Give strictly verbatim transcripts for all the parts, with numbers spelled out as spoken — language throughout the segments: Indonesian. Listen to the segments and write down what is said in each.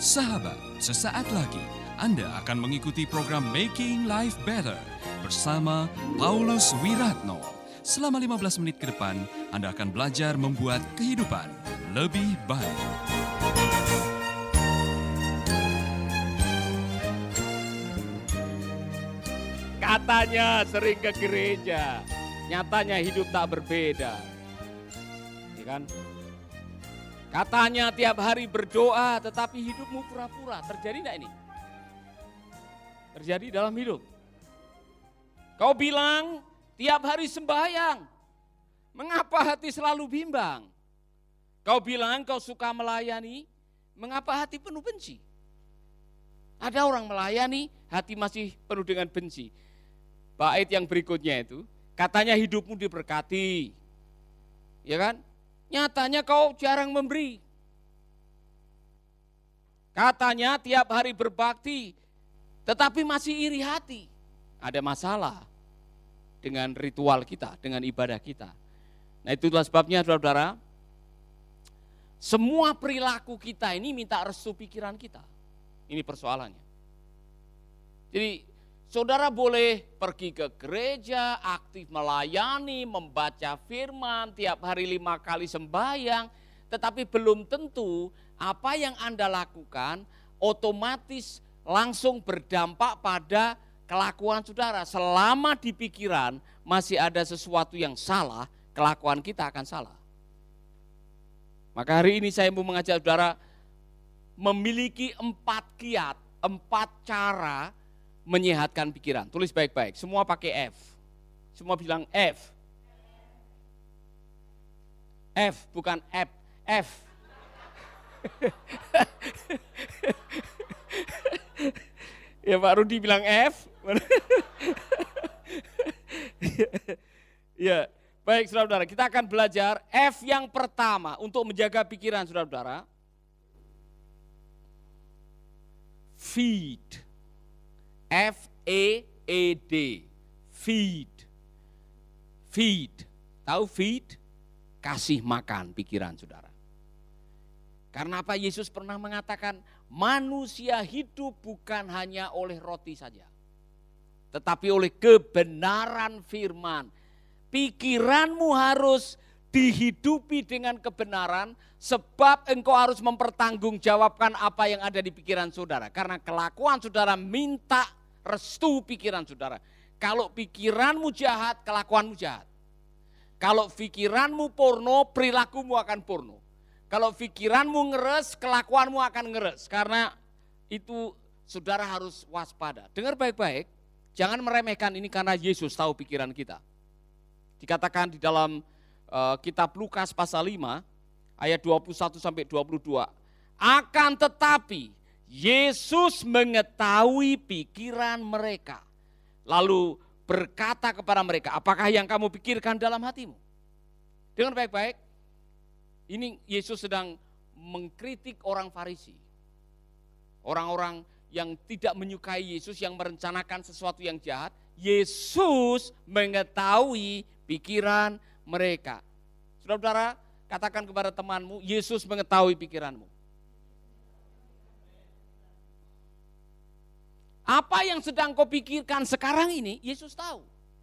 Sahabat, sesaat lagi Anda akan mengikuti program Making Life Better bersama Paulus Wiratno. Selama lima belas menit ke depan, Anda akan belajar membuat kehidupan lebih baik. Katanya sering ke gereja, nyatanya hidup tak berbeda. Ya kan? Katanya tiap hari berdoa, tetapi hidupmu pura-pura. Terjadi enggak ini? Terjadi dalam hidup. Kau bilang tiap hari sembahyang, mengapa hati selalu bimbang? Kau bilang kau suka melayani, mengapa hati penuh benci? Ada orang melayani, hati masih penuh dengan benci. Bait yang berikutnya itu, katanya hidupmu diberkati. Ya kan? Nyatanya kau jarang memberi. Katanya tiap hari berbakti, tetapi masih iri hati. Ada masalah dengan ritual kita, dengan ibadah kita. Nah itulah sebabnya saudara-saudara, semua perilaku kita ini minta restu pikiran kita. Ini persoalannya. Jadi saudara boleh pergi ke gereja, aktif melayani, membaca firman, tiap hari lima kali sembahyang, tetapi belum tentu apa yang Anda lakukan otomatis langsung berdampak pada kelakuan saudara. Selama di pikiran masih ada sesuatu yang salah, kelakuan kita akan salah. Maka hari ini saya mau mengajak saudara memiliki empat kiat, empat cara menyehatkan pikiran. Tulis baik-baik, semua pakai F. Semua bilang F. F bukan F, F. Ya Pak Rudi bilang F. Ya, baik saudara-saudara, kita akan belajar F yang pertama untuk menjaga pikiran saudara-saudara. Feed. F E E D, feed, feed, tahu feed? Kasih makan pikiran saudara. Karena apa? Yesus pernah mengatakan manusia hidup bukan hanya oleh roti saja, tetapi oleh kebenaran firman. Pikiranmu harus dihidupi dengan kebenaran, sebab engkau harus mempertanggungjawabkan apa yang ada di pikiran saudara. Karena kelakuan saudara minta restu pikiran saudara. Kalau pikiranmu jahat, kelakuanmu jahat. Kalau pikiranmu porno, perilakumu akan porno. Kalau pikiranmu ngeres, kelakuanmu akan ngeres. Karena itu saudara harus waspada. Dengar baik-baik, jangan meremehkan ini karena Yesus tahu pikiran kita. Dikatakan di dalam uh, kitab Lukas pasal lima, ayat dua puluh satu sampai dua puluh dua. Akan tetapi Yesus mengetahui pikiran mereka, lalu berkata kepada mereka, apakah yang kamu pikirkan dalam hatimu? Dengar baik-baik, ini Yesus sedang mengkritik orang Farisi. Orang-orang yang tidak menyukai Yesus, yang merencanakan sesuatu yang jahat. Yesus mengetahui pikiran mereka. Saudara-saudara, katakan kepada temanmu, Yesus mengetahui pikiranmu. Apa yang sedang kau pikirkan sekarang ini, Yesus tahu.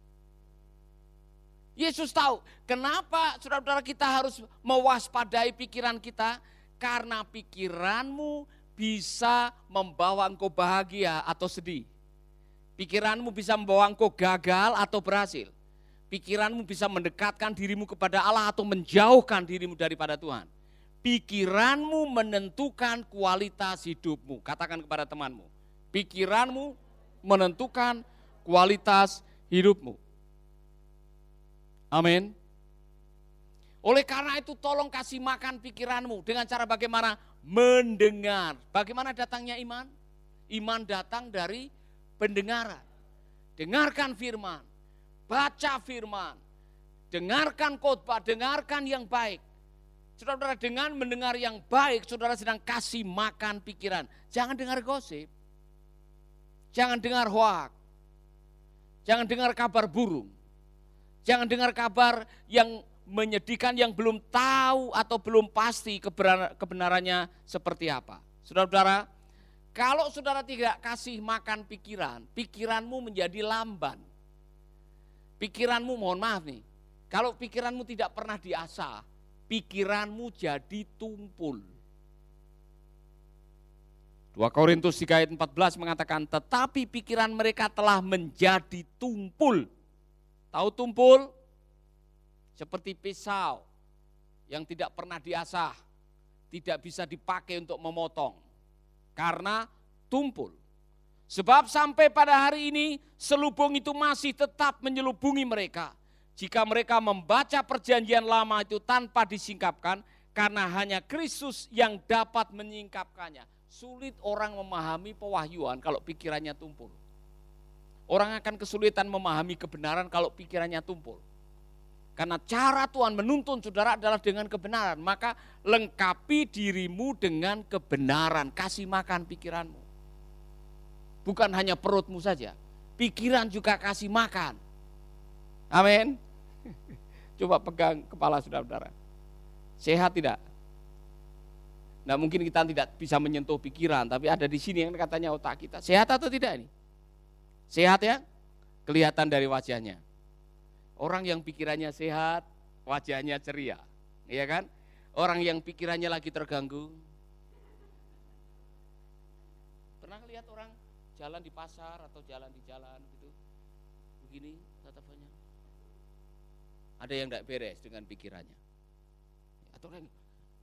Yesus tahu. Kenapa saudara-saudara kita harus mewaspadai pikiran kita? Karena pikiranmu bisa membawa engkau bahagia atau sedih. Pikiranmu bisa membawa engkau gagal atau berhasil. Pikiranmu bisa mendekatkan dirimu kepada Allah atau menjauhkan dirimu daripada Tuhan. Pikiranmu menentukan kualitas hidupmu. Katakan kepada temanmu. Pikiranmu menentukan kualitas hidupmu. Amin. Oleh karena itu tolong kasih makan pikiranmu dengan cara bagaimana? Mendengar. Bagaimana datangnya iman? Iman datang dari pendengaran. Dengarkan firman, baca firman, dengarkan khotbah, dengarkan yang baik. Saudara-saudara, dengan mendengar yang baik, saudara sedang kasih makan pikiran. Jangan dengar gosip. Jangan dengar hoak, jangan dengar kabar burung, jangan dengar kabar yang menyedihkan yang belum tahu atau belum pasti kebenarannya seperti apa. Saudara-saudara, kalau saudara tidak kasih makan pikiran, pikiranmu menjadi lamban. Pikiranmu, mohon maaf nih, kalau pikiranmu tidak pernah diasah, pikiranmu jadi tumpul. dua Korintus tiga ayat empat belas mengatakan, tetapi pikiran mereka telah menjadi tumpul. Tahu tumpul? Seperti pisau yang tidak pernah diasah, tidak bisa dipakai untuk memotong, karena tumpul. Sebab sampai pada hari ini, selubung itu masih tetap menyelubungi mereka. Jika mereka membaca perjanjian lama itu tanpa disingkapkan, karena hanya Kristus yang dapat menyingkapkannya. Sulit orang memahami pewahyuan kalau pikirannya tumpul. Orang akan kesulitan memahami kebenaran kalau pikirannya tumpul. Karena cara Tuhan menuntun saudara adalah dengan kebenaran. Maka lengkapi dirimu dengan kebenaran. Kasih makan pikiranmu. Bukan hanya perutmu saja. Pikiran juga kasih makan. Amin. Coba pegang kepala saudara-saudara. Sehat tidak? Nah, mungkin kita tidak bisa menyentuh pikiran, tapi ada di sini yang katanya otak kita. Sehat atau tidak ini? Sehat ya? Kelihatan dari wajahnya. Orang yang pikirannya sehat, wajahnya ceria. Iya kan? Orang yang pikirannya lagi terganggu. Pernah lihat orang jalan di pasar atau jalan di jalan gitu? Begini tatapannya. Ada yang tidak beres dengan pikirannya. Atau orang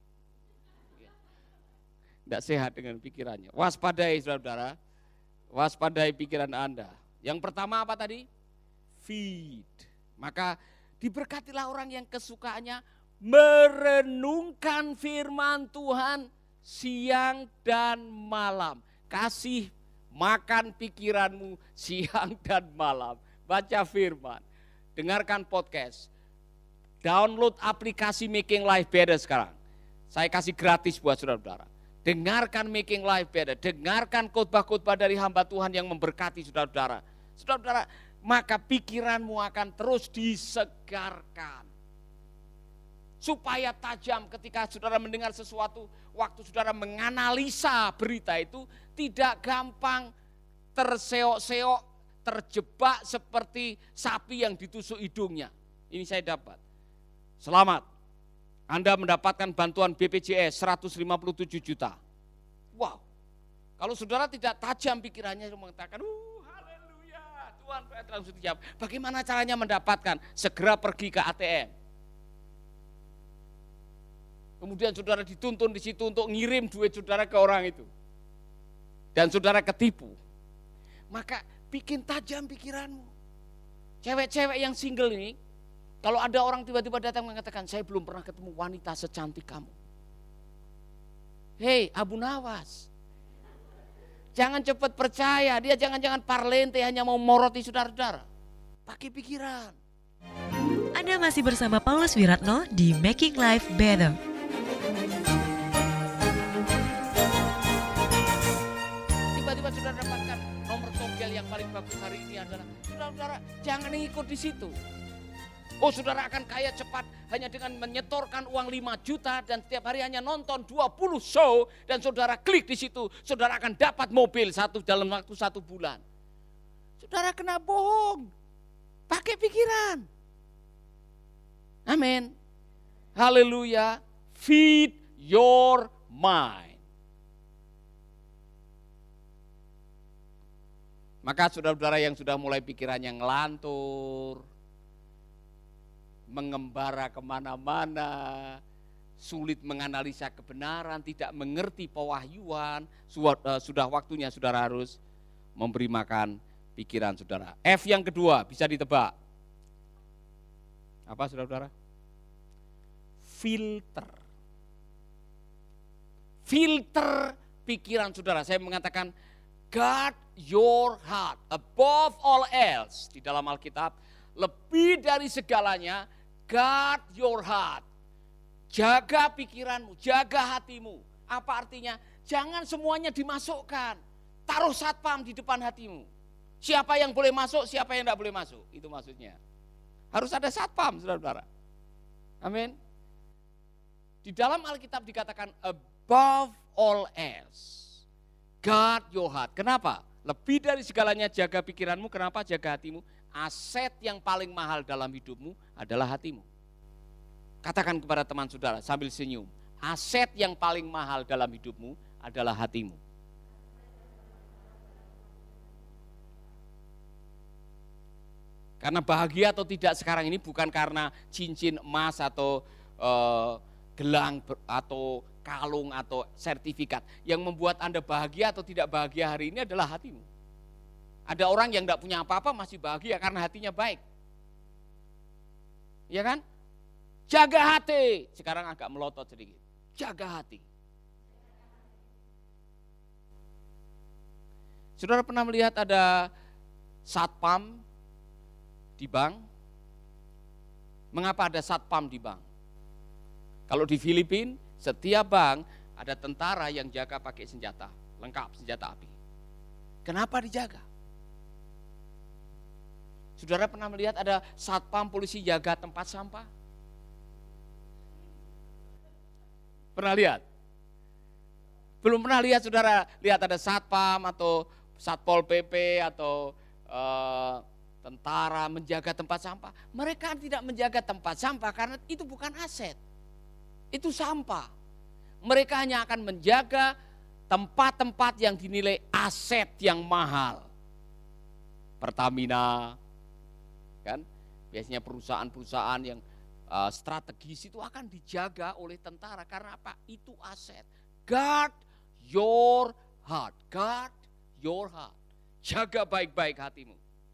tidak sehat dengan pikirannya. Waspadai saudara-saudara, waspadai pikiran Anda. Yang pertama apa tadi? Feed. Maka diberkatilah orang yang kesukaannya merenungkan firman Tuhan siang dan malam. Kasih makan pikiranmu siang dan malam. Baca firman, dengarkan podcast, download aplikasi Making Life Better sekarang. Saya kasih gratis buat saudara-saudara. Dengarkan Making Life Better, dengarkan khotbah-khotbah dari hamba Tuhan yang memberkati saudara-saudara. Saudara-saudara, maka pikiranmu akan terus disegarkan. Supaya tajam ketika saudara mendengar sesuatu, waktu saudara menganalisa berita itu, tidak gampang terseok-seok, terjebak seperti sapi yang ditusuk hidungnya. Ini saya dapat. Selamat. Anda mendapatkan bantuan B P J S seratus lima puluh tujuh juta. Wow. Kalau saudara tidak tajam pikirannya mengatakan, uh, haleluya, Tuhan langsung dijawab. Bagaimana caranya mendapatkan? Segera pergi ke A T M. Kemudian saudara dituntun di situ untuk ngirim duit saudara ke orang itu. Dan saudara ketipu. Maka bikin tajam pikiranmu. Cewek-cewek yang single ini, kalau ada orang tiba-tiba datang mengatakan, saya belum pernah ketemu wanita secantik kamu. Hei, Abu Nawas. Jangan cepat percaya, dia jangan-jangan parlente hanya mau moroti saudara-saudara. Pakai pikiran. Anda masih bersama Paulus Wiratno di Making Life Better. Tiba-tiba saudara dapatkan nomor togel yang paling bagus hari ini adalah, saudara-saudara jangan ikut di situ. Oh, saudara akan kaya cepat hanya dengan menyetorkan uang lima juta dan setiap hari hanya nonton dua puluh show dan saudara klik di situ, saudara akan dapat mobil satu dalam waktu satu bulan. Saudara kena bohong. Pakai pikiran. Amin. Haleluya. Feed your mind. Maka saudara-saudara yang sudah mulai pikirannya ngelantur, mengembara kemana-mana, sulit menganalisa kebenaran, tidak mengerti pewahyuan, sudah waktunya saudara harus memberi makan pikiran saudara. F yang kedua bisa ditebak. Apa saudara-saudara? Filter. Filter pikiran saudara. Saya mengatakan guard your heart above all else. Di dalam Alkitab, lebih dari segalanya, guard your heart. Jaga pikiranmu, jaga hatimu. Apa artinya? Jangan semuanya dimasukkan. Taruh satpam di depan hatimu. Siapa yang boleh masuk, siapa yang tidak boleh masuk. Itu maksudnya. Harus ada satpam, saudara-saudara. Amin. Di dalam Alkitab dikatakan above all else, guard your heart. Kenapa? Lebih dari segalanya jaga pikiranmu. Kenapa jaga hatimu? Aset yang paling mahal dalam hidupmu adalah hatimu. Katakan kepada teman saudara sambil senyum, aset yang paling mahal dalam hidupmu adalah hatimu. Karena bahagia atau tidak sekarang ini bukan karena cincin emas atau uh, gelang atau kalung atau sertifikat. Yang membuat Anda bahagia atau tidak bahagia hari ini adalah hatimu. Ada orang yang tidak punya apa-apa masih bahagia karena hatinya baik. Ya kan? Jaga hati. Sekarang agak melotot sedikit. Jaga hati. Saudara pernah melihat ada satpam di bank? Mengapa ada satpam di bank? Kalau di Filipina, setiap bank ada tentara yang jaga pakai senjata, lengkap senjata api. Kenapa dijaga? Saudara pernah melihat ada satpam polisi jaga tempat sampah? Pernah lihat? Belum pernah lihat saudara, lihat ada satpam atau satpol P P atau uh, tentara menjaga tempat sampah. Mereka tidak menjaga tempat sampah karena itu bukan aset. Itu sampah. Mereka hanya akan menjaga tempat-tempat yang dinilai aset yang mahal. Pertamina, kan? Biasanya perusahaan-perusahaan yang uh, strategis itu akan dijaga oleh tentara. Karena apa? Itu aset. Guard your heart. Guard your heart. Jaga baik-baik hatimu.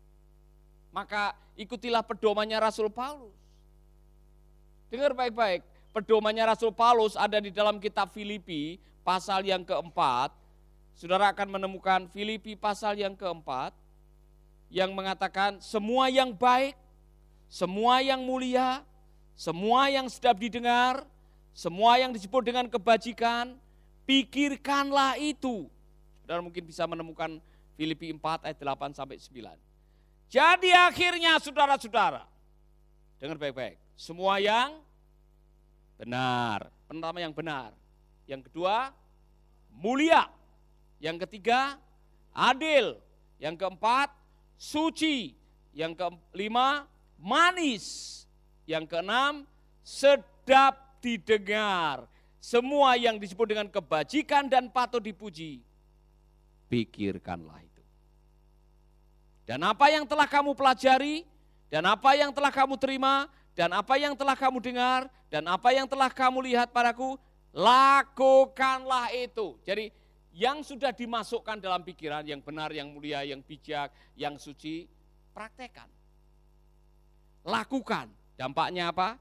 Maka ikutilah pedomannya Rasul Paulus. Dengar baik-baik, pedomannya Rasul Paulus ada di dalam kitab Filipi pasal yang keempat. Saudara akan menemukan Filipi pasal yang keempat yang mengatakan semua yang baik, semua yang mulia, semua yang sedap didengar, semua yang disebut dengan kebajikan, pikirkanlah itu. Saudara mungkin bisa menemukan Filipi empat ayat delapan sampai sembilan. Jadi akhirnya saudara-saudara, dengar baik-baik, semua yang benar, pertama yang benar, yang kedua mulia, yang ketiga adil, yang keempat suci, yang kelima manis, yang keenam sedap didengar, semua yang disebut dengan kebajikan dan patut dipuji, pikirkanlah itu. Dan apa yang telah kamu pelajari, dan apa yang telah kamu terima, dan apa yang telah kamu dengar, dan apa yang telah kamu lihat padaku, lakukanlah itu. Jadi yang sudah dimasukkan dalam pikiran, yang benar, yang mulia, yang bijak, yang suci, praktekkan. Lakukan. Dampaknya apa?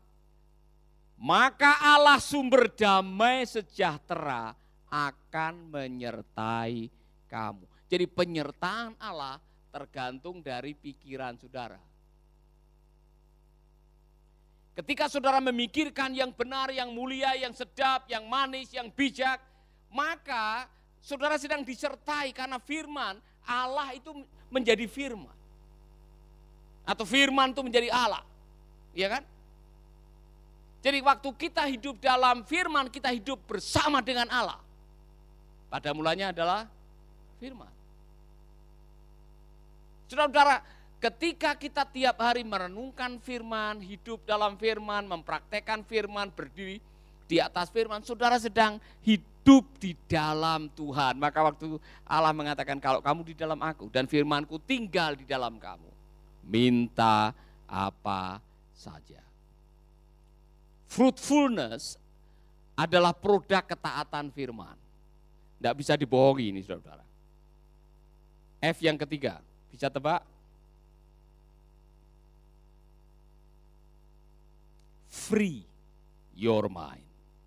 Maka Allah sumber damai sejahtera akan menyertai kamu. Jadi penyertaan Allah tergantung dari pikiran saudara. Ketika saudara memikirkan yang benar, yang mulia, yang sedap, yang manis, yang bijak, maka saudara sedang disertai karena firman Allah itu menjadi firman. Atau firman itu menjadi Allah. Iya kan? Jadi waktu kita hidup dalam firman, kita hidup bersama dengan Allah. Pada mulanya adalah firman. Saudara-saudara, ketika kita tiap hari merenungkan firman, hidup dalam firman, mempraktekkan firman, berdiri di atas firman, saudara sedang hidup di dalam Tuhan. Maka waktu Allah mengatakan kalau kamu di dalam aku dan firmanku tinggal di dalam kamu, minta apa saja. Fruitfulness adalah produk ketaatan firman. Tidak bisa dibohongi ini saudara-saudara. F yang ketiga. Bisa tebak? Free your mind.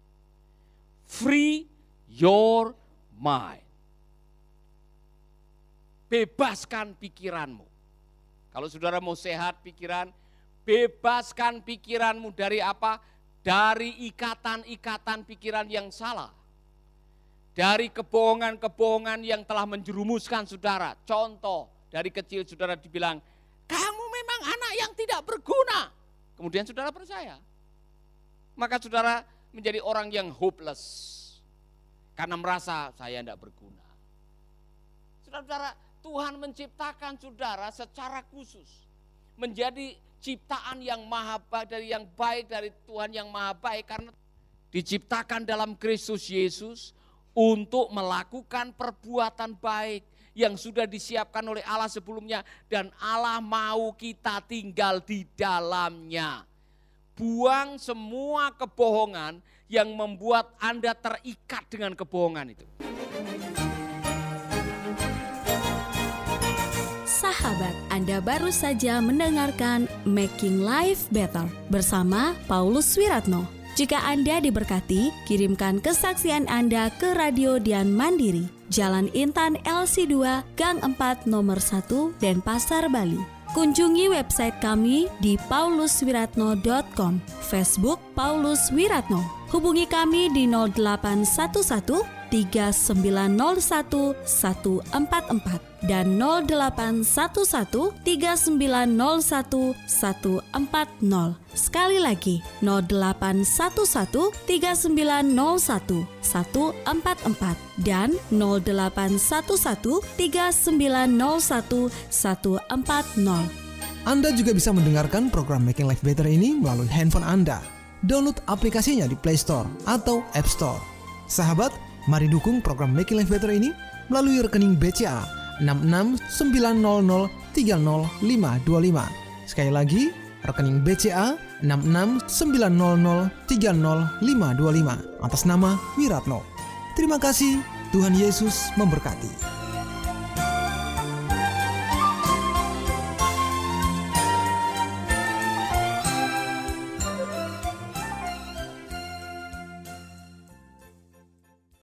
Free your mind. Bebaskan pikiranmu. Kalau saudara mau sehat pikiran, bebaskan pikiranmu dari apa? Dari ikatan-ikatan pikiran yang salah. Dari kebohongan-kebohongan yang telah menjerumuskan saudara. Contoh, dari kecil saudara dibilang, kamu memang anak yang tidak berguna. Kemudian saudara percaya. Maka saudara menjadi orang yang hopeless. karena merasa saya tidak berguna. Saudara-saudara, Tuhan menciptakan saudara secara khusus menjadi ciptaan yang maha baik dari yang baik dari Tuhan yang maha baik, karena diciptakan dalam Kristus Yesus untuk melakukan perbuatan baik yang sudah disiapkan oleh Allah sebelumnya, dan Allah mau kita tinggal di dalamnya. Buang semua kebohongan yang membuat Anda terikat dengan kebohongan itu. Sahabat, Anda baru saja mendengarkan Making Life Better bersama Paulus Wiratno. Jika Anda diberkati, kirimkan kesaksian Anda ke Radio Dian Mandiri, Jalan Intan L C dua, Gang empat, Nomor satu, Denpasar, Bali. Kunjungi website kami di pauluswiratno dot com, Facebook Paulus Wiratno. Hubungi kami di nol delapan satu satu tiga sembilan nol satu satu empat empat dan nol delapan satu satu tiga sembilan nol satu satu empat nol. Sekali lagi, nol delapan satu satu tiga sembilan nol satu satu empat empat dan nol delapan satu satu tiga sembilan nol satu satu empat nol. Anda juga bisa mendengarkan program Making Life Better ini melalui handphone Anda. Download aplikasinya di Play Store atau App Store. Sahabat, mari dukung program Making Life Better ini melalui rekening B C A enam enam sembilan nol nol tiga nol lima dua lima. Sekali lagi, rekening B C A enam enam sembilan nol nol tiga nol lima dua lima atas nama Wiratno. Terima kasih, Tuhan Yesus memberkati.